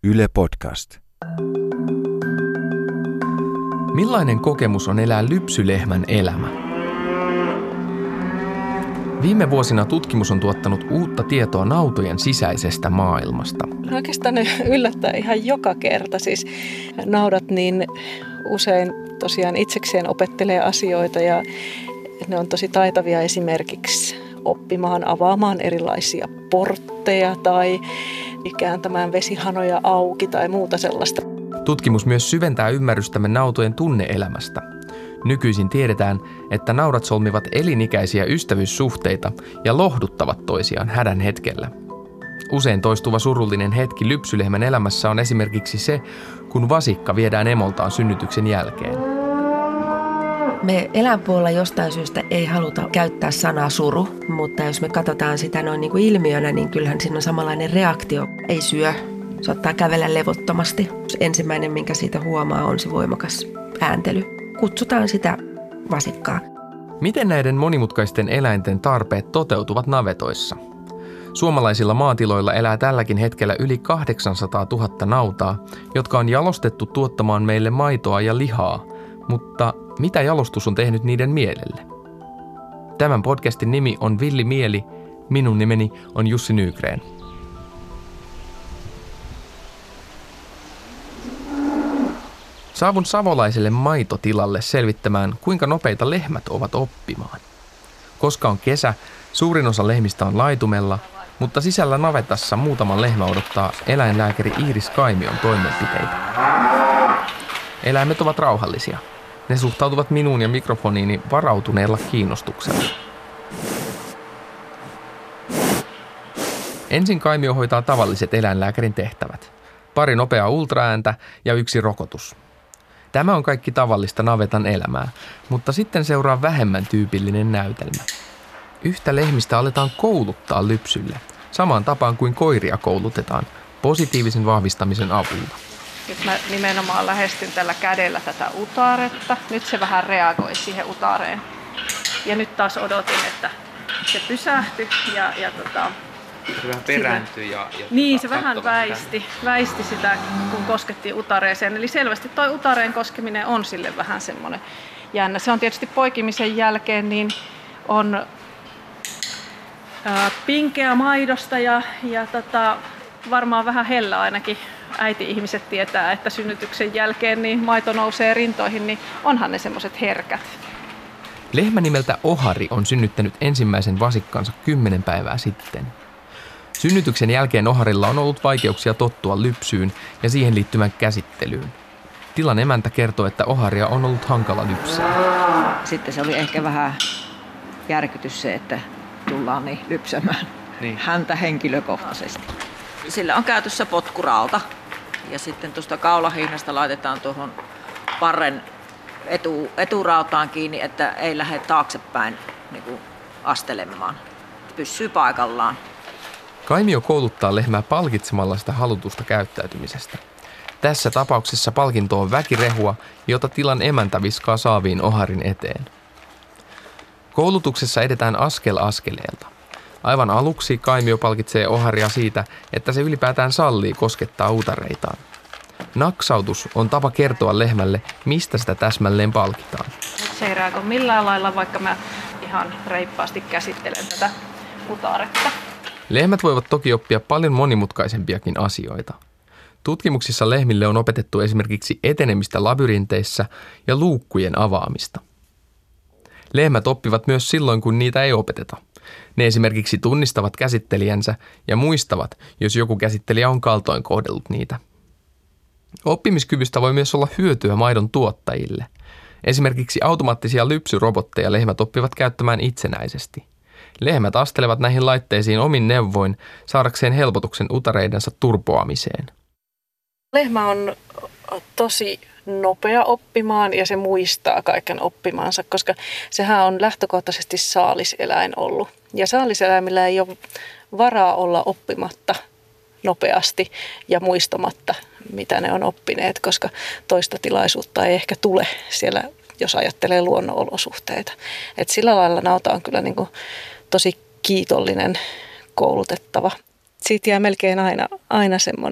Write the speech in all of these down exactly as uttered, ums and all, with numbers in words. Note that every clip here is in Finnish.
Yle Podcast. Millainen kokemus on elää lypsylehmän elämä? Viime vuosina tutkimus on tuottanut uutta tietoa nautojen sisäisestä maailmasta. Oikeastaan ne yllättää ihan joka kerta. Siis naudat niin usein tosiaan itsekseen opettelee asioita ja ne on tosi taitavia esimerkiksi oppimaan avaamaan erilaisia portteja tai kääntämään vesihanoja auki tai muuta sellaista. Tutkimus myös syventää ymmärrystämme nautojen tunne-elämästä. Nykyisin tiedetään, että naudat solmivat elinikäisiä ystävyyssuhteita ja lohduttavat toisiaan hädän hetkellä. Usein toistuva surullinen hetki lypsylehmän elämässä on esimerkiksi se, kun vasikka viedään emoltaan synnytyksen jälkeen. Me eläinpuolella jostain syystä ei haluta käyttää sanaa suru, mutta jos me katsotaan sitä noin niin kuin ilmiönä, niin kyllähän siinä on samanlainen reaktio. Ei syö, saattaa kävellä levottomasti. Ensimmäinen, minkä siitä huomaa, on se voimakas ääntely. Kutsutaan sitä vasikkaa. Miten näiden monimutkaisten eläinten tarpeet toteutuvat navetoissa? Suomalaisilla maatiloilla elää tälläkin hetkellä yli kahdeksansataatuhatta nautaa, jotka on jalostettu tuottamaan meille maitoa ja lihaa. Mutta mitä jalostus on tehnyt niiden mielelle? Tämän podcastin nimi on Villi Mieli, minun nimeni on Jussi Nygren. Saavun savolaiselle maitotilalle selvittämään, kuinka nopeita lehmät ovat oppimaan. Koska on kesä, suurin osa lehmistä on laitumella, mutta sisällä navetassa muutama lehmä odottaa eläinlääkäri Iiris Kaimion toimenpiteitä. Eläimet ovat rauhallisia. Ne suhtautuvat minuun ja mikrofoniini varautuneella kiinnostuksella. Ensin Kaimio hoitaa tavalliset eläinlääkärin tehtävät. Pari nopeaa ultraääntä ja yksi rokotus. Tämä on kaikki tavallista navetan elämää, mutta sitten seuraa vähemmän tyypillinen näytelmä. Yhtä lehmistä aletaan kouluttaa lypsylle, samaan tapaan kuin koiria koulutetaan, positiivisen vahvistamisen avulla. Nyt mä nimenomaan lähestyn tällä kädellä tätä utaaretta. Nyt se vähän reagoi siihen utaareen. Ja nyt taas odotin, että se pysähtyi ja, ja tota, se vähän perääntyi ja, ja niin, se vähän väisti, väisti sitä, kun koskettiin utareeseen. Eli selvästi toi utareen koskeminen on sille vähän semmoinen jännä. Se on tietysti poikimisen jälkeen, niin on ää, pinkeä maidosta ja, ja tota, varmaan vähän hellä ainakin. Äiti-ihmiset tietää, että synnytyksen jälkeen niin maito nousee rintoihin, niin onhan ne semmoiset herkät. Lehmä nimeltä Ohari on synnyttänyt ensimmäisen vasikkansa kymmenen päivää sitten. Synnytyksen jälkeen Oharilla on ollut vaikeuksia tottua lypsyyn ja siihen liittyvän käsittelyyn. Tilan emäntä kertoo, että Oharia on ollut hankala lypsää. Sitten se oli ehkä vähän järkytys se, että tullaan niin lypsämään niin häntä henkilökohtaisesti. Sillä on käytössä potkurauta ja sitten tuosta kaulahihnasta laitetaan tuohon parren etu, eturautaan kiinni, että ei lähde taaksepäin niin kuin astelemaan. Pysyy paikallaan. Kaimio kouluttaa lehmää palkitsemalla sitä halutusta käyttäytymisestä. Tässä tapauksessa palkinto on väkirehua, jota tilan emäntä viskaa saaviin Oharin eteen. Koulutuksessa edetään askel askeleelta. Aivan aluksi Kaimio palkitsee Oharia siitä, että se ylipäätään sallii koskettaa utareitaan. Naksautus on tapa kertoa lehmälle, mistä sitä täsmälleen palkitaan. Nyt se ei reagoi millään lailla, vaikka mä ihan reippaasti käsittelen tätä utaretta. Lehmät voivat toki oppia paljon monimutkaisempiakin asioita. Tutkimuksissa lehmille on opetettu esimerkiksi etenemistä labyrinteissä ja luukkujen avaamista. Lehmät oppivat myös silloin, kun niitä ei opeteta. Ne esimerkiksi tunnistavat käsittelijänsä ja muistavat, jos joku käsittelijä on kaltoin kohdellut niitä. Oppimiskyvystä voi myös olla hyötyä maidon tuottajille. Esimerkiksi automaattisia lypsyrobotteja lehmät oppivat käyttämään itsenäisesti. Lehmät astelevat näihin laitteisiin omin neuvoin saadakseen helpotuksen utareidensa turpoamiseen. Lehmä on tosi nopea oppimaan ja se muistaa kaiken oppimansa, koska sehän on lähtökohtaisesti saaliseläin ollut. Ja saaliseläimillä ei ole varaa olla oppimatta nopeasti ja muistamatta, mitä ne on oppineet, koska toista tilaisuutta ei ehkä tule siellä, jos ajattelee luonnonolosuhteita. Et sillä lailla nauta on kyllä niin kuin tosi kiitollinen koulutettava. Siitä jää melkein aina, aina semmoinen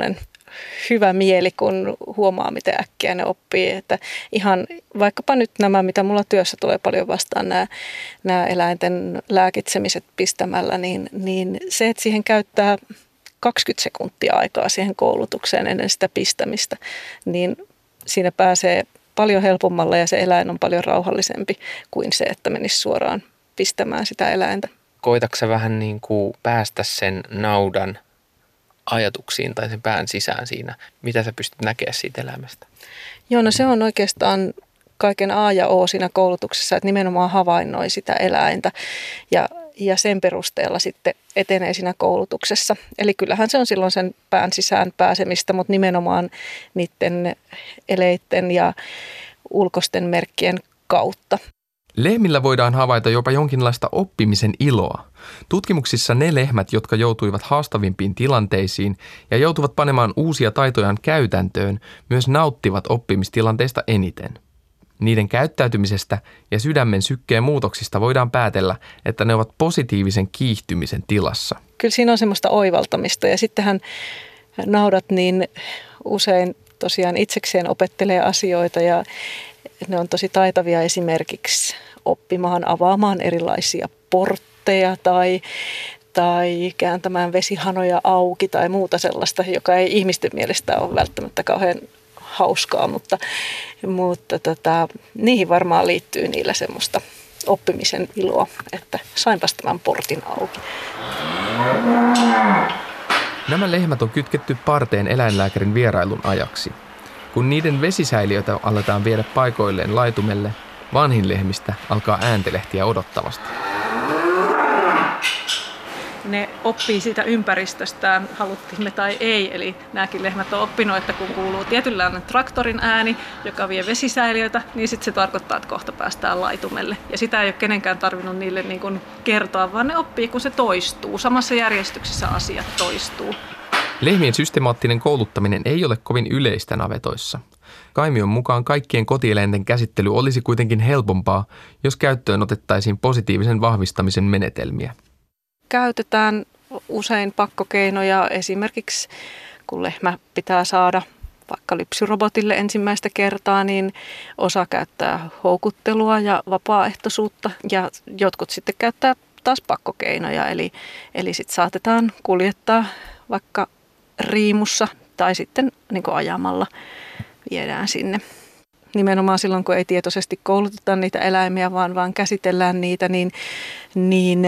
hyvä mieli, kun huomaa, miten äkkiä ne oppii. Että ihan vaikkapa nyt nämä, mitä mulla työssä tulee paljon vastaan, nämä, nämä eläinten lääkitsemiset pistämällä, niin, niin se, että siihen käyttää kaksikymmentä sekuntia aikaa siihen koulutukseen ennen sitä pistämistä, niin siinä pääsee paljon helpommalla ja se eläin on paljon rauhallisempi kuin se, että menisi suoraan pistämään sitä eläintä. Koitatko sä vähän niin kuin päästä sen naudan ajatuksiin tai sen pään sisään siinä? Mitä sä pystyt näkemään siitä elämästä? Joo, no se on oikeastaan kaiken A ja O siinä koulutuksessa, että nimenomaan havainnoi sitä eläintä ja, ja sen perusteella sitten etenee siinä koulutuksessa. Eli kyllähän se on silloin sen pään sisään pääsemistä, mutta nimenomaan niiden eleitten ja ulkoisten merkkien kautta. Lehmillä voidaan havaita jopa jonkinlaista oppimisen iloa. Tutkimuksissa ne lehmät, jotka joutuivat haastavimpiin tilanteisiin ja joutuvat panemaan uusia taitojaan käytäntöön, myös nauttivat oppimistilanteista eniten. Niiden käyttäytymisestä ja sydämen sykkeen muutoksista voidaan päätellä, että ne ovat positiivisen kiihtymisen tilassa. Kyllä siinä on semmoista oivaltamista ja sittenhän naudat niin usein tosiaan itsekseen opettelee asioita ja ne on tosi taitavia esimerkiksi oppimaan avaamaan erilaisia portteja tai, tai kääntämään vesihanoja auki tai muuta sellaista, joka ei ihmisten mielestä ole välttämättä kauhean hauskaa, mutta, mutta tota, niihin varmaan liittyy niillä semmoista oppimisen iloa, että sainpas tämän portin auki. Nämä lehmät on kytketty parteen eläinlääkärin vierailun ajaksi. Kun niiden vesisäiliöitä aletaan viedä paikoilleen laitumelle, vanhin lehmistä alkaa ääntelehtiä odottavasti. Ne oppii siitä ympäristöstään, haluttiin me tai ei. Eli nämäkin lehmät on oppinut, että kun kuuluu tietynlainen traktorin ääni, joka vie vesisäiliöitä, niin sitten se tarkoittaa, että kohta päästään laitumelle. Ja sitä ei ole kenenkään tarvinnut niille niin kuin kertoa, vaan ne oppii, kun se toistuu. Samassa järjestyksessä asiat toistuu. Lehmien systemaattinen kouluttaminen ei ole kovin yleistä navetoissa. Kaimion mukaan kaikkien kotieläinten käsittely olisi kuitenkin helpompaa, jos käyttöön otettaisiin positiivisen vahvistamisen menetelmiä. Käytetään usein pakkokeinoja, esimerkiksi kun lehmä pitää saada vaikka lypsyrobotille ensimmäistä kertaa, niin osa käyttää houkuttelua ja vapaaehtoisuutta ja jotkut sitten käyttää taas pakkokeinoja, eli, eli sitten saatetaan kuljettaa vaikka riimussa tai sitten niin kuin ajamalla viedään sinne. Nimenomaan silloin, kun ei tietoisesti kouluteta niitä eläimiä, vaan, vaan käsitellään niitä, niin, niin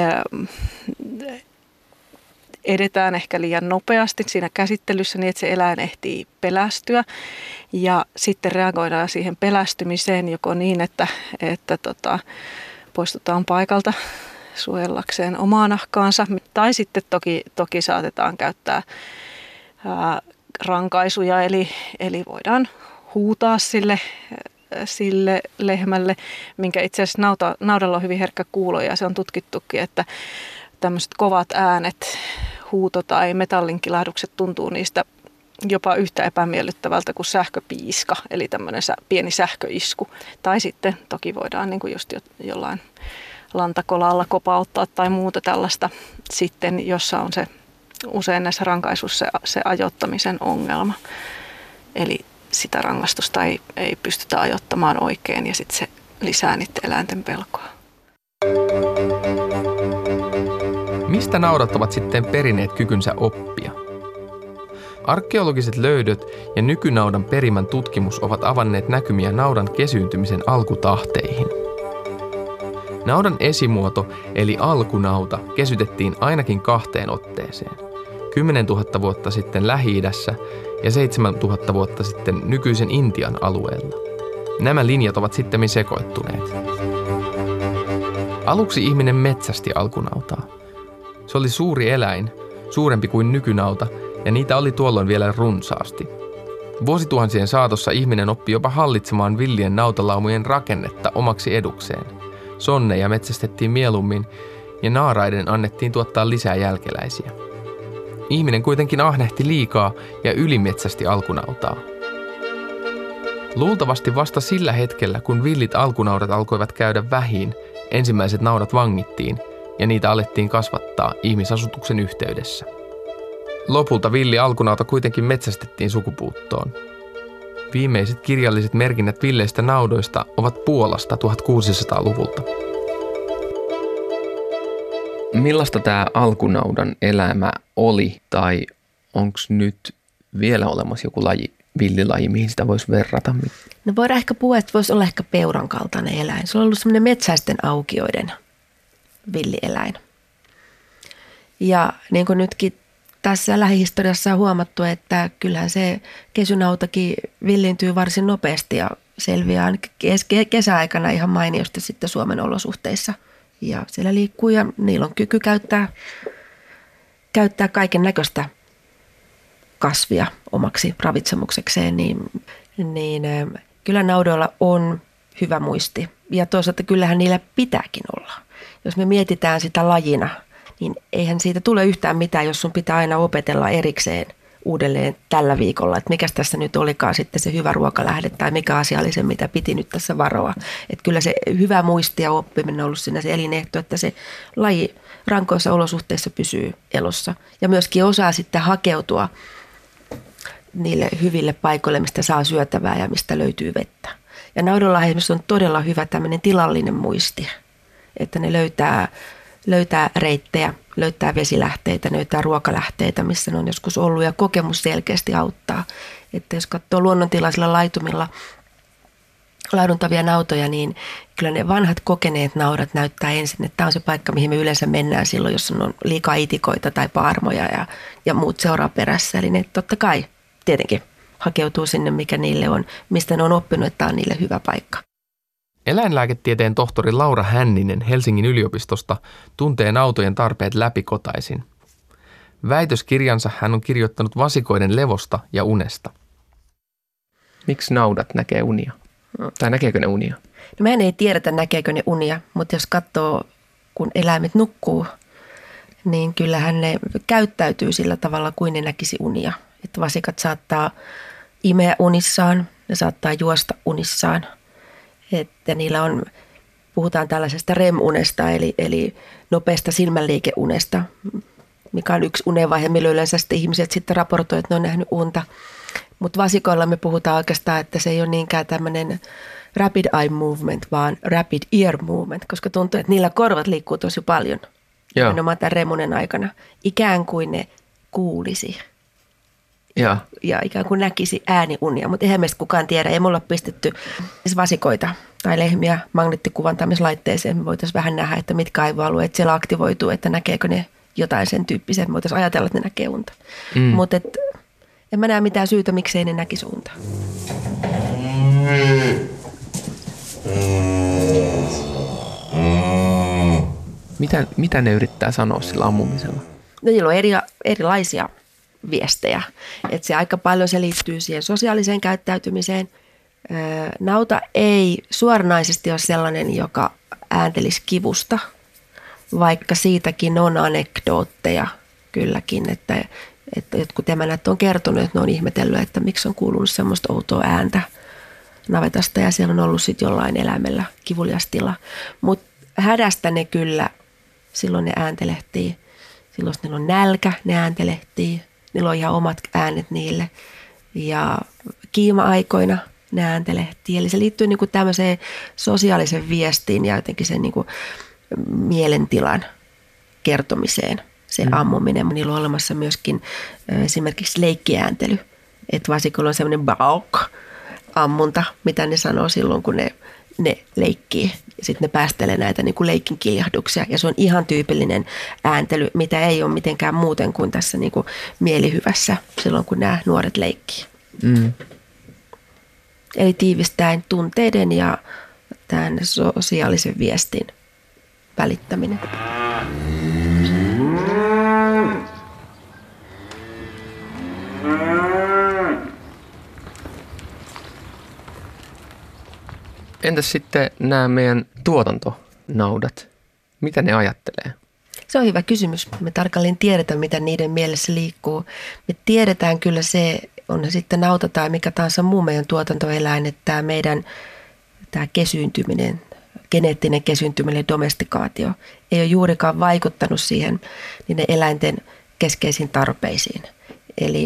edetään ehkä liian nopeasti siinä käsittelyssä niin, että se eläin ehtii pelästyä. Ja sitten reagoidaan siihen pelästymiseen joko niin, että, että tota, poistutaan paikalta suojellakseen omaa nahkaansa. Tai sitten toki, toki saatetaan käyttää ää, rankaisuja, eli, eli voidaan huutaa sille, sille lehmälle, minkä itse asiassa nauta, naudalla on hyvin herkkä kuulo ja se on tutkittukin, että tämmöiset kovat äänet, huuto tai metallinkilahdukset tuntuu niistä jopa yhtä epämiellyttävältä kuin sähköpiiska, eli tämmöinen pieni sähköisku. Tai sitten toki voidaan niin kuin just jollain lantakolalla kopauttaa tai muuta tällaista sitten, jossa on se usein näissä rankaisuissa se, se ajoittamisen ongelma. Eli sitä rangaistusta ei, ei pystytä ajoittamaan oikein ja sitten se lisää niiden eläinten pelkoa. Mistä naudat ovat sitten perineet kykynsä oppia? Arkeologiset löydöt ja nykynaudan perimän tutkimus ovat avanneet näkymiä naudan kesyyntymisen alkutahteihin. Naudan esimuoto eli alkunauta kesytettiin ainakin kahteen otteeseen. kymmenentuhatta vuotta sitten Lähi-idässä ja seitsemäntuhatta vuotta sitten nykyisen Intian alueella. Nämä linjat ovat sittemmin sekoittuneet. Aluksi ihminen metsästi alkunautaa. Se oli suuri eläin, suurempi kuin nykynauta, ja niitä oli tuolloin vielä runsaasti. Vuosituhansien saatossa ihminen oppi jopa hallitsemaan villien nautalaumojen rakennetta omaksi edukseen. Sonneja metsästettiin mieluummin, ja naaraiden annettiin tuottaa lisää jälkeläisiä. Ihminen kuitenkin ahnehti liikaa ja ylimetsästi alkunautaa. Luultavasti vasta sillä hetkellä, kun villit alkunaudat alkoivat käydä vähiin, ensimmäiset naudat vangittiin ja niitä alettiin kasvattaa ihmisasutuksen yhteydessä. Lopulta villi alkunauta kuitenkin metsästettiin sukupuuttoon. Viimeiset kirjalliset merkinnät villeistä naudoista ovat Puolasta tuhatkuusisataaluvulta. Millaista tämä alkunaudan elämä oli tai onko nyt vielä olemassa joku laji, villilaji, mihin sitä voisi verrata? No voidaan ehkä puhua, että voisi olla ehkä peuran kaltainen eläin. Se on ollut semmoinen metsäisten aukioiden villieläin. Ja niin kuin nytkin tässä lähihistoriassa on huomattu, että kyllähän se kesynautakin villintyy varsin nopeasti ja selviää ainakin kesäaikana ihan mainiosti sitten Suomen olosuhteissa. Ja siellä liikkuu ja niillä on kyky käyttää, käyttää kaiken näköistä kasvia omaksi ravitsemuksekseen, niin, niin kyllä naudoilla on hyvä muisti. Ja toisaalta kyllähän niillä pitääkin olla. Jos me mietitään sitä lajina, niin eihän siitä tule yhtään mitään, jos sun pitää aina opetella erikseen uudelleen tällä viikolla, että mikä tässä nyt olikaan sitten se hyvä ruokalähde tai mikä asia oli se, mitä piti nyt tässä varoa. Että kyllä se hyvä muisti ja oppiminen on ollut siinä se elinehto, että se laji rankoissa olosuhteissa pysyy elossa ja myöskin osaa sitten hakeutua niille hyville paikoille, mistä saa syötävää ja mistä löytyy vettä. Ja naudoilla esimerkiksi on todella hyvä tämmöinen tilallinen muisti, että ne löytää, löytää reittejä, löytää vesilähteitä, löytää ruokalähteitä, missä ne on joskus ollut ja kokemus selkeästi auttaa. Että jos katsoo luonnontilaisilla laitumilla laiduntavia nautoja, niin kyllä ne vanhat kokeneet naudat näyttää ensin, että tämä on se paikka, mihin me yleensä mennään silloin, jos on liikaa itikoita tai paarmoja ja, ja muut seuraa perässä. Eli ne totta kai tietenkin hakeutuu sinne, mikä niille on, mistä ne on oppinut, että tämä on niille hyvä paikka. Eläinlääketieteen tohtori Laura Hänninen Helsingin yliopistosta tuntee nautojen tarpeet läpikotaisin. Väitöskirjansa hän on kirjoittanut vasikoiden levosta ja unesta. Miksi naudat näkee unia? Tai näkeekö ne unia? No mehän ei tiedetä, näkeekö ne unia, mutta jos katsoo, kun eläimet nukkuu, niin kyllähän ne käyttäytyy sillä tavalla, kuin ne näkisi unia. Että vasikat saattaa imeä unissaan, ne saattaa juosta unissaan. Että niillä on, puhutaan tällaisesta R E M-unesta, eli, eli nopeasta silmänliikeunesta, mikä on yksi unenvaihe, millä yleensä sitten ihmiset sitten raportoivat, että ne on nähnyt unta. Mutta vasikoilla me puhutaan oikeastaan, että se ei ole niinkään tämmöinen rapid eye movement, vaan rapid ear movement, koska tuntuu, että niillä korvat liikkuu tosi paljon. Joo. Nimenomaan tämän R E M-unen aikana. Ikään kuin ne kuulisi. Ja, ja ikään kuin näkisi ääniunia, mutta eihän meistä kukaan tiedä. Ei me olla pistetty vasikoita tai lehmiä magneettikuvantamislaitteeseen. Me voitaisiin vähän nähdä, että mitkä aivoalueet siellä aktivoituu, että näkeekö ne jotain sen tyyppisen. Me voitaisiin ajatella, että ne näkee unta. Mm. Mutta en mä näe mitään syytä, miksei ne näkisi unta. Mitä, mitä ne yrittää sanoa sillä ammumisella? No, niillä on eri, erilaisia viestejä. Että se aika paljon se liittyy siihen sosiaaliseen käyttäytymiseen. Nauta ei suoranaisesti ole sellainen, joka ääntelisi kivusta, vaikka siitäkin on anekdootteja kylläkin, että, että jotkut emänät on kertonut, että ne on ihmetellyt, että miksi on kuulunut semmoista outoa ääntä navetasta ja siellä on ollut sitten jollain eläimellä kivulias tila. Mutta hädästä ne kyllä, silloin ne ääntelehtii, silloin niillä on nälkä, ne ääntelehtii. Niillä on ihan omat äänet niille ja kiima-aikoina ne ääntelehtii. Eli se liittyy niin kuin tämmöiseen sosiaalisen viestiin ja jotenkin sen niin kuin mielentilan kertomiseen, se mm. ammuminen. Niillä on olemassa myöskin esimerkiksi leikkiääntely, että vasikolla on semmoinen bauk-ammunta, mitä ne sanoo silloin, kun ne, ne leikkii. Sitten ne päästelee näitä niin kuin leikin kiljahduksia ja se on ihan tyypillinen ääntely, mitä ei ole mitenkään muuten kuin tässä niin kuin mielihyvässä silloin, kun nämä nuoret leikkii. Mm. Eli tiivistäen tunteiden ja tämän sosiaalisen viestin välittäminen. Entäs sitten nämä meidän tuotantonaudat? Mitä ne ajattelee? Se on hyvä kysymys. Me tarkalleen tiedetään, mitä niiden mielessä liikkuu. Me tiedetään kyllä se, on sitten nauta tai mikä tahansa muu meidän tuotantoeläin, että tämä meidän tämä kesyyntyminen, geneettinen kesyyntyminen, domestikaatio ei ole juurikaan vaikuttanut siihen niiden eläinten keskeisiin tarpeisiin. Eli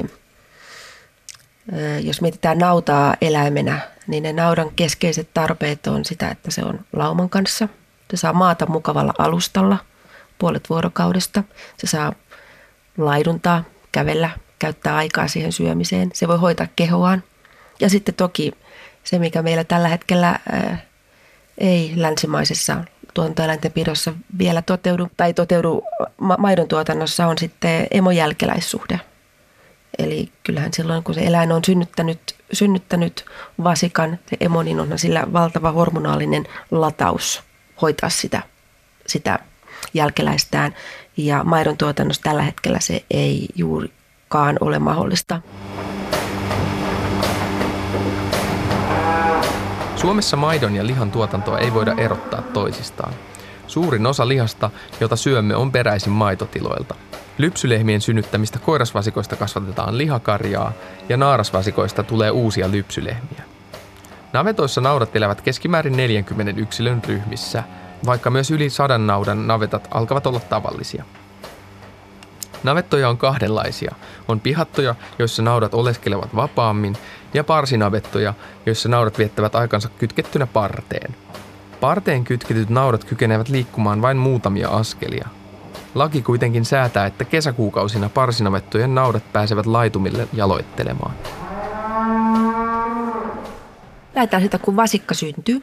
jos mietitään nautaa eläimenä, niin ne naudan keskeiset tarpeet on sitä, että se on lauman kanssa. Se saa maata mukavalla alustalla puolet vuorokaudesta. Se saa laiduntaa, kävellä, käyttää aikaa siihen syömiseen. Se voi hoitaa kehoaan. Ja sitten toki se, mikä meillä tällä hetkellä ää, ei länsimaisessa tuotantoeläinten pidossa vielä toteudu tai toteudu ma- maidon tuotannossa, on sitten emojälkeläissuhde. Eli kyllähän silloin, kun se eläin on synnyttänyt, synnyttänyt vasikan, se emo, niin onhan sillä valtava hormonaalinen lataus hoitaa sitä, sitä jälkeläistään. Ja maidon tuotannossa tällä hetkellä se ei juurikaan ole mahdollista. Suomessa maidon ja lihan tuotantoa ei voida erottaa toisistaan. Suurin osa lihasta, jota syömme, on peräisin maitotiloilta. Lypsylehmien synnyttämistä koirasvasikoista kasvatetaan lihakarjaa ja naarasvasikoista tulee uusia lypsylehmiä. Navetoissa naudat elävät keskimäärin neljänkymmenen yksilön ryhmissä, vaikka myös yli sadan naudan navetat alkavat olla tavallisia. Navettoja on kahdenlaisia. On pihattoja, joissa naudat oleskelevat vapaammin, ja parsinavettoja, joissa naudat viettävät aikansa kytkettynä parteen. Parteen kytketyt naudat kykenevät liikkumaan vain muutamia askelia. Laki kuitenkin säätää, että kesäkuukausina parsinavettojen naudat pääsevät laitumille jaloittelemaan. Lähdetään siitä, kun vasikka syntyy,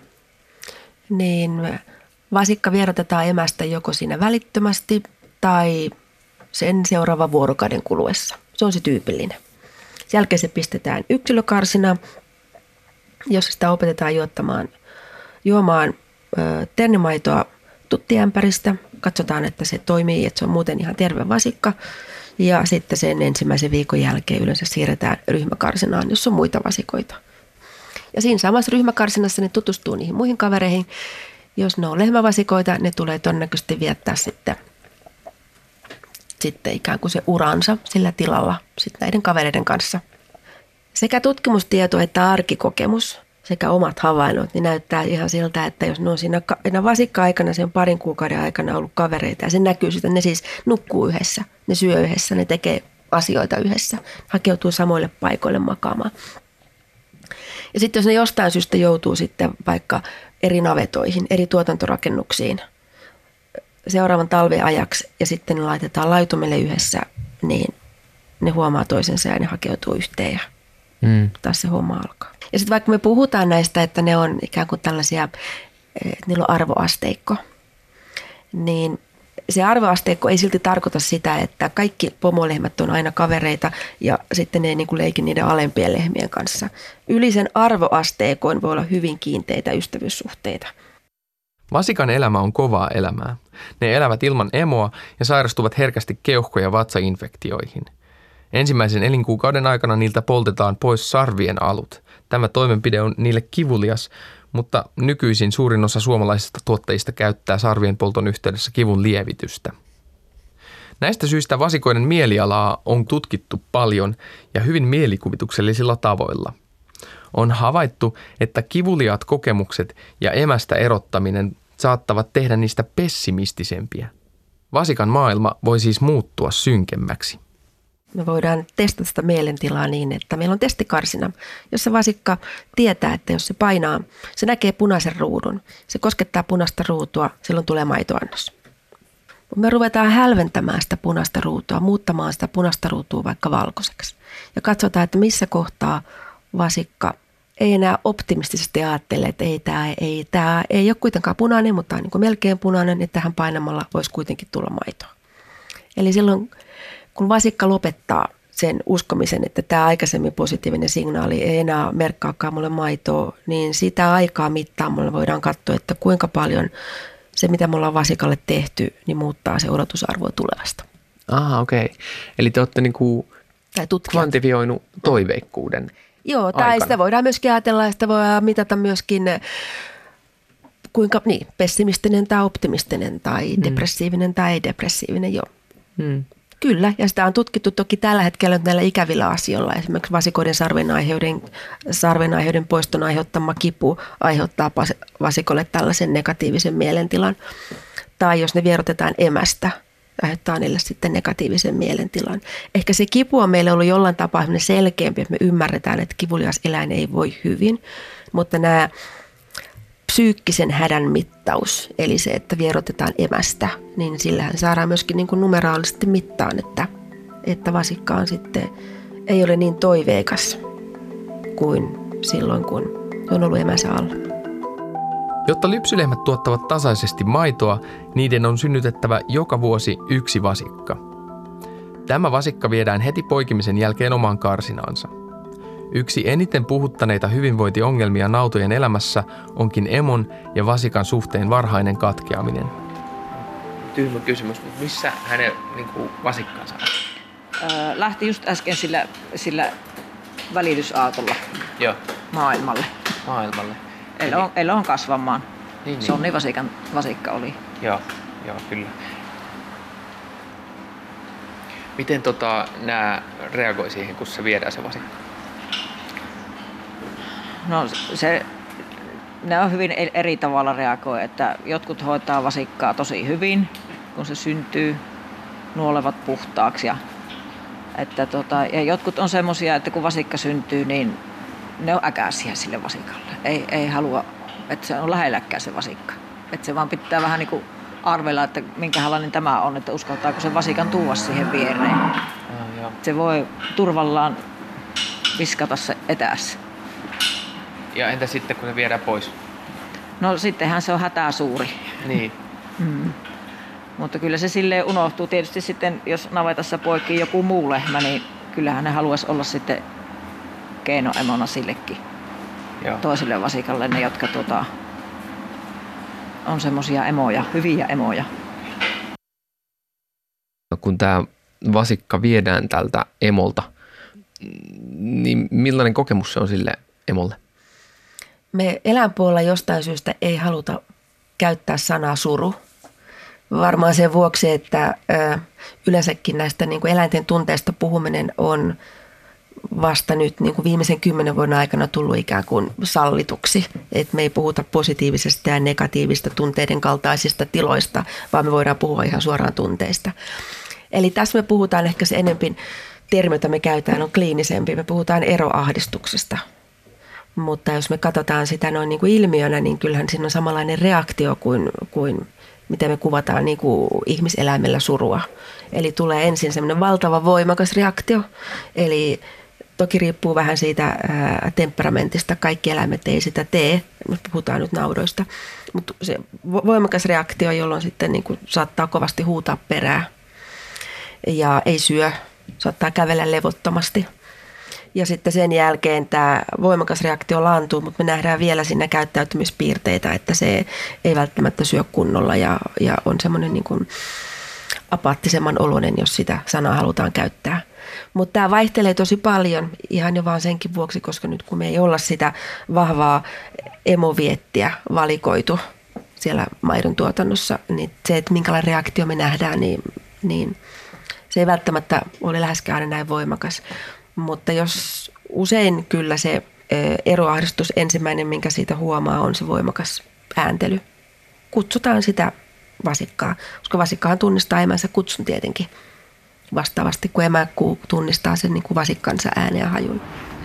niin vasikka vierotetaan emästä joko siinä välittömästi tai sen seuraavan vuorokauden kuluessa. Se on se tyypillinen. Sen jälkeen se pistetään yksilökarsina, jossa sitä opetetaan juottamaan, juomaan ö, ternimaitoa tuttiämpäristä. Katsotaan, että se toimii, että se on muuten ihan terve vasikka. Ja sitten sen ensimmäisen viikon jälkeen yleensä siirretään ryhmäkarsinaan, jos on muita vasikoita. Ja siinä samassa ryhmäkarsinassa ne tutustuu niihin muihin kavereihin. Jos ne on lehmävasikoita, ne tulee todennäköisesti viettää sitten, sitten ikään kuin se uransa sillä tilalla sitten näiden kavereiden kanssa. Sekä tutkimustieto että arkikokemus sekä omat havainnot, niin näyttää ihan siltä, että jos ne on siinä vasikka-aikana, sen parin kuukauden aikana ollut kavereita ja se näkyy sitä, ne siis nukkuu yhdessä, ne syö yhdessä, ne tekee asioita yhdessä, hakeutuu samoille paikoille makaamaan. Ja sitten jos ne jostain syystä joutuu sitten vaikka eri navetoihin, eri tuotantorakennuksiin seuraavan talven ajaksi ja sitten ne laitetaan laitumelle yhdessä, niin ne huomaa toisensa ja ne hakeutuu yhteen ja mm. taas se homma alkaa. Ja sitten vaikka me puhutaan näistä, että ne on ikään kuin tällaisia, että niillä on arvoasteikko, niin se arvoasteikko ei silti tarkoita sitä, että kaikki pomolehmät on aina kavereita ja sitten ne ei niin kuin leiki niiden alempien lehmien kanssa. Yli sen arvoasteikoin voi olla hyvin kiinteitä ystävyyssuhteita. Vasikan elämä on kovaa elämää. Ne elävät ilman emoa ja sairastuvat herkästi keuhko- ja vatsainfektioihin. Ensimmäisen elinkuukauden aikana niiltä poltetaan pois sarvien alut. Tämä toimenpide on niille kivulias, mutta nykyisin suurin osa suomalaisista tuottajista käyttää sarvien polton yhteydessä kivun lievitystä. Näistä syistä vasikoiden mielialaa on tutkittu paljon ja hyvin mielikuvituksellisilla tavoilla. On havaittu, että kivuliaat kokemukset ja emästä erottaminen saattavat tehdä niistä pessimistisempiä. Vasikan maailma voi siis muuttua synkemmäksi. Me voidaan testata sitä mielentilaa niin, että meillä on testikarsina, jossa vasikka tietää, että jos se painaa, se näkee punaisen ruudun, se koskettaa punaista ruutua, silloin tulee maitoannos. Me ruvetaan hälventämään sitä punaista ruutua, muuttamaan sitä punaista ruutua vaikka valkoiseksi. Ja katsotaan, että missä kohtaa vasikka ei enää optimistisesti ajattele, että ei, tämä ei, tämä ei ole kuitenkaan punainen, mutta on niin kuin melkein punainen, että tähän painamalla voisi kuitenkin tulla maitoa. Eli silloin kun vasikka lopettaa sen uskomisen, että tämä aikaisemmin positiivinen signaali ei enää merkkaakaan mulle maitoa, niin sitä aikaa mittaamalla voidaan katsoa, että kuinka paljon se, mitä me ollaan vasikalle tehty, niin muuttaa se odotusarvoa tulevasta. Aha, okei. Okay. Eli te olette niinku kvantifioinut toiveikkuuden. Joo, tai sitä voidaan myöskin ajatella, ja sitä voidaan mitata myöskin kuinka niin, pessimistinen tai optimistinen tai hmm. depressiivinen tai ei-depressiivinen, joo. Hmm. Kyllä, ja sitä on tutkittu toki tällä hetkellä näillä ikävillä asioilla. Esimerkiksi vasikoiden sarvenaiheuden, sarvenaiheuden poiston aiheuttama kipu aiheuttaa vasikolle tällaisen negatiivisen mielentilan. Tai jos ne vierotetaan emästä aiheuttaa niille sitten negatiivisen mielentilan. Ehkä se kipu on meille ollut jollain tapaa selkeämpi, että me ymmärretään, että kivulias eläin ei voi hyvin, mutta nämä psyykkisen hädän mittaus, eli se, että vierotetaan emästä, niin sillähän saadaan myöskin niin kuin numeraalisesti mittaan, että, että vasikka on sitten, ei ole niin toiveikas kuin silloin, kun on ollut emänsä alla. Jotta lypsylehmät tuottavat tasaisesti maitoa, niiden on synnytettävä joka vuosi yksi vasikka. Tämä vasikka viedään heti poikimisen jälkeen omaan karsinaansa. Yksi eniten puhuttaneita hyvinvointiongelmia nautojen elämässä onkin emon ja vasikan suhteen varhainen katkeaminen. Tyhmä kysymys, mutta missä hänen niin kuin vasikkansa on? Öö, lähti just äsken sillä, sillä välitysaaltolla Joo. maailmalle. Maailmalle. Elo, elo on kasvamaan. Niin, niin. Sonni vasikan, vasikka oli. Joo, joo, kyllä. Miten tota, nämä reagoi siihen, kun se viedään se vasikka? No se, ne on hyvin eri tavalla reagoi, että jotkut hoitaa vasikkaa tosi hyvin, kun se syntyy, nuolevat puhtaaksi. Ja, että tota, ja jotkut on semmoisia, että kun vasikka syntyy, niin ne on äkäisiä sille vasikalle. Ei, ei halua, että se on lähelläkään se vasikka. Että se vaan pitää vähän niin kuin arvella, että minkälainen tämä on, että uskaltaako se vasikan tuua siihen viereen. Ah, joo. Se voi turvallaan viskata se etäässä. Ja entä sitten, kun se viedään pois? No sittenhän se on hätää suuri. Niin. Mm. Mutta kyllä se silleen unohtuu. Tietysti sitten, jos navetassa poikii joku muu lehmä, niin kyllähän ne haluaisi olla sitten keinoemona sillekin. Joo. Toiselle vasikalle, ne jotka tuota, on semmoisia emoja, hyviä emoja. Kun tämä vasikka viedään tältä emolta, niin millainen kokemus se on sille emolle? Me eläinpuolella jostain syystä ei haluta käyttää sanaa suru. Varmaan sen vuoksi, että ö, yleensäkin näistä niin kuin eläinten tunteista puhuminen on vasta nyt niin kuin viimeisen kymmenen vuoden aikana tullut ikään kuin sallituksi. Et me ei puhuta positiivisesta ja negatiivista tunteiden kaltaisista tiloista, vaan me voidaan puhua ihan suoraan tunteista. Eli tässä me puhutaan ehkä se enemmän termi, jota me käytetään, on kliinisempi. Me puhutaan eroahdistuksesta. Mutta jos me katsotaan sitä noin niin kuin ilmiönä, niin kyllähän siinä on samanlainen reaktio kuin, kuin miten me kuvataan niin kuin ihmiseläimellä surua. Eli tulee ensin semmoinen valtava voimakas reaktio, eli toki riippuu vähän siitä ää, temperamentista. Kaikki eläimet ei sitä tee, me puhutaan nyt naudoista. Mutta se voimakas reaktio, jolloin sitten niin kuin saattaa kovasti huutaa perää ja ei syö, saattaa kävellä levottomasti. Ja sitten sen jälkeen tämä voimakas reaktio laantuu, mutta me nähdään vielä siinä käyttäytymispiirteitä, että se ei välttämättä syö kunnolla ja, ja on semmoinen niin kuin apaattisemman oloinen, jos sitä sanaa halutaan käyttää. Mutta tämä vaihtelee tosi paljon ihan jo vaan senkin vuoksi, koska nyt kun me ei olla sitä vahvaa emoviettiä valikoitu siellä maidon tuotannossa, niin se, että minkälainen reaktio me nähdään, niin, niin se ei välttämättä ole läheskään aina näin voimakas. Mutta jos usein kyllä se eroahdistus ensimmäinen, minkä siitä huomaa, on se voimakas ääntely. Kutsutaan sitä vasikkaa, koska vasikkahan tunnistaa emänsä kutsun tietenkin vastaavasti, kun emä tunnistaa sen niin kuin vasikkansa äänen ja hajun.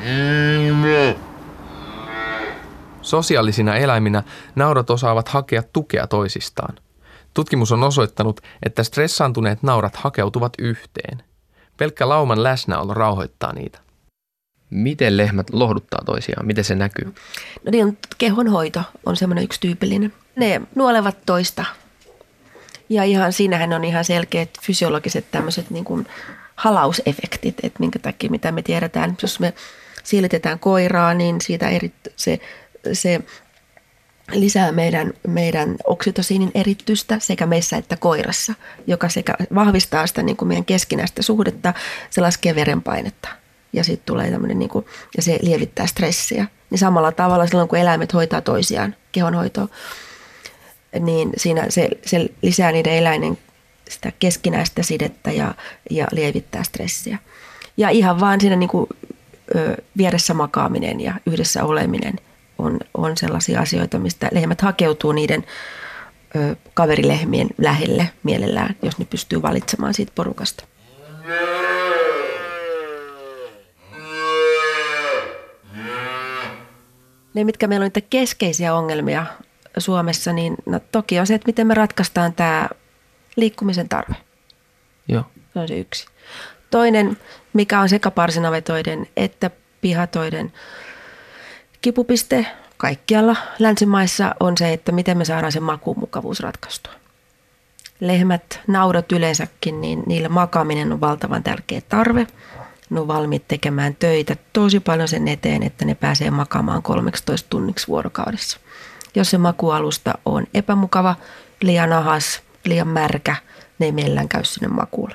Sosiaalisina eläiminä naurat osaavat hakea tukea toisistaan. Tutkimus on osoittanut, että stressaantuneet naurat hakeutuvat yhteen. Pelkkä lauman läsnäolo rauhoittaa niitä. Miten lehmät lohduttaa toisiaan? Miten se näkyy? No niin, kehonhoito on semmoinen yksi tyypillinen. Ne nuolevat toista. Ja ihan siinähän on ihan selkeät fysiologiset tämmöiset niin kuin halausefektit, että minkä takia, mitä me tiedetään. Jos me siilitetään koiraa, niin siitä eri, se, se lisää meidän, meidän oksitosiinin eritystä sekä meissä että koirassa, joka sekä vahvistaa sitä niin kuin meidän keskinäistä suhdetta, se laskee verenpainetta ja sitten tulee tämmöinen niin kuin, ja se lievittää stressiä. Niin samalla tavalla silloin, kun eläimet hoitaa toisiaan kehonhoitoa, niin siinä se, se lisää niiden eläinen sitä keskinäistä sidettä ja, ja lievittää stressiä. Ja ihan vaan siinä niin kuin, ö, vieressä makaaminen ja yhdessä oleminen on, on sellaisia asioita, mistä lehmät hakeutuu niiden ö, kaverilehmien lähelle mielellään, jos ne pystyy valitsemaan siitä porukasta. Ne, mitkä meillä on niitä keskeisiä ongelmia Suomessa, niin no, toki on se, että miten me ratkaistaan tämä liikkumisen tarve. Joo. Se on se yksi. Toinen, mikä on sekä parsinavetoiden että pihatoiden kipupiste kaikkialla länsimaissa, on se, että miten me saadaan se makumukavuus ratkaistua. Lehmät, naudat yleensäkin, niin niillä makaaminen on valtavan tärkeä tarve. Ne on valmiit tekemään töitä tosi paljon sen eteen, että ne pääsee makaamaan kolmetoista tunniksi vuorokaudessa. Jos se makualusta on epämukava, liian ahas, liian märkä, ne ei mielellään käy sinne makuulle.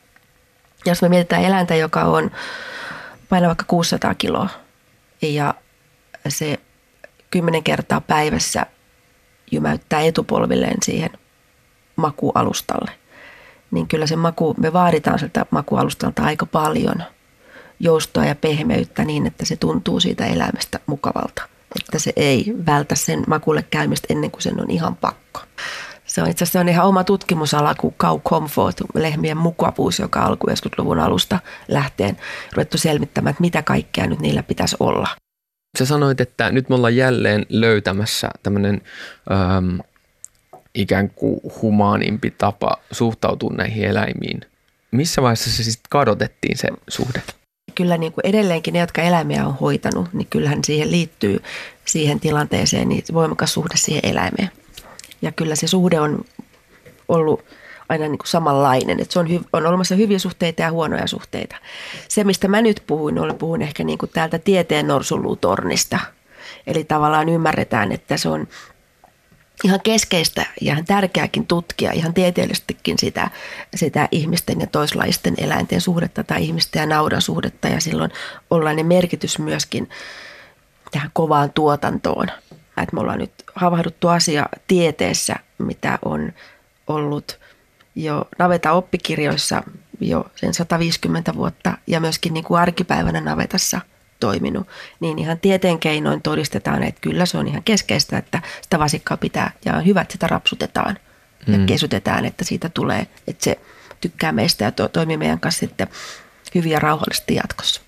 Jos me mietitään eläintä, joka on painaa vaikka kuusisataa kiloa ja se kymmenen kertaa päivässä jymäyttää etupolvilleen siihen makualustalle, niin kyllä se maku, me vaaditaan sieltä makualustalta aika paljon joustoa ja pehmeyttä niin, että se tuntuu siitä eläimestä mukavalta. Että se ei vältä sen makulle käymistä ennen kuin sen on ihan pakko. Se on itse asiassa on ihan oma tutkimusala kuin cow comfort, lehmien mukavuus, joka alkoi yhdeksänkymmentäluvun alusta lähtien ruvettu selvittämään, että mitä kaikkea nyt niillä pitäisi olla. Sä sanoit, että nyt me ollaan jälleen löytämässä tämmöinen ähm, ikään kuin humaanimpi tapa suhtautua näihin eläimiin. Missä vaiheessa se sitten kadotettiin se suhde? Kyllä niin kuin edelleenkin ne, jotka eläimiä on hoitanut, niin kyllähän siihen liittyy siihen tilanteeseen niin voimakas suhde siihen eläimeen. Ja kyllä se suhde on ollut aina niin kuin samanlainen, että se on, hy- on olemassa hyviä suhteita ja huonoja suhteita. Se, mistä mä nyt puhuin, oli puhun ehkä niin kuin täältä tieteen norsunluutornista. Eli tavallaan ymmärretään, että se on ihan keskeistä ja ihan tärkeääkin tutkia ihan tieteellisestikin sitä, sitä ihmisten ja toislaisten eläinten suhdetta tai ihmisten ja naudan suhdetta. Ja silloin ollainen merkitys myöskin tähän kovaan tuotantoon. Että me ollaan nyt havahduttu asia tieteessä, mitä on ollut jo naveta oppikirjoissa jo sen sata viisikymmentä vuotta ja myöskin niin kuin arkipäivänä navetassa toiminut, niin ihan tieteen keinoin todistetaan, että kyllä se on ihan keskeistä, että sitä vasikkaa pitää ja on hyvä, että sitä rapsutetaan ja mm. kesytetään, että siitä tulee, että se tykkää meistä ja to- toimii meidän kanssa sitten hyvin ja rauhallisesti jatkossa.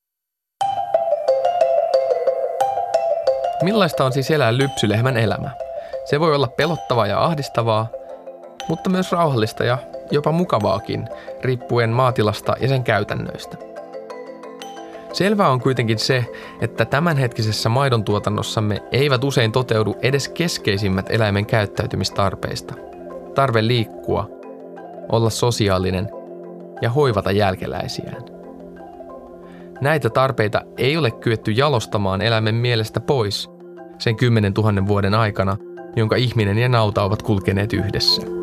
Millaista on siis elää lypsylehmän elämä? Se voi olla pelottavaa ja ahdistavaa, mutta myös rauhallista ja jopa mukavaakin, riippuen maatilasta ja sen käytännöistä. Selvää on kuitenkin se, että tämänhetkisessä maidontuotannossamme eivät usein toteudu edes keskeisimmät eläimen käyttäytymistarpeista. Tarve liikkua, olla sosiaalinen ja hoivata jälkeläisiään. Näitä tarpeita ei ole kyetty jalostamaan eläimen mielestä pois sen kymmenen tuhannen vuoden aikana, jonka ihminen ja nauta ovat kulkeneet yhdessä.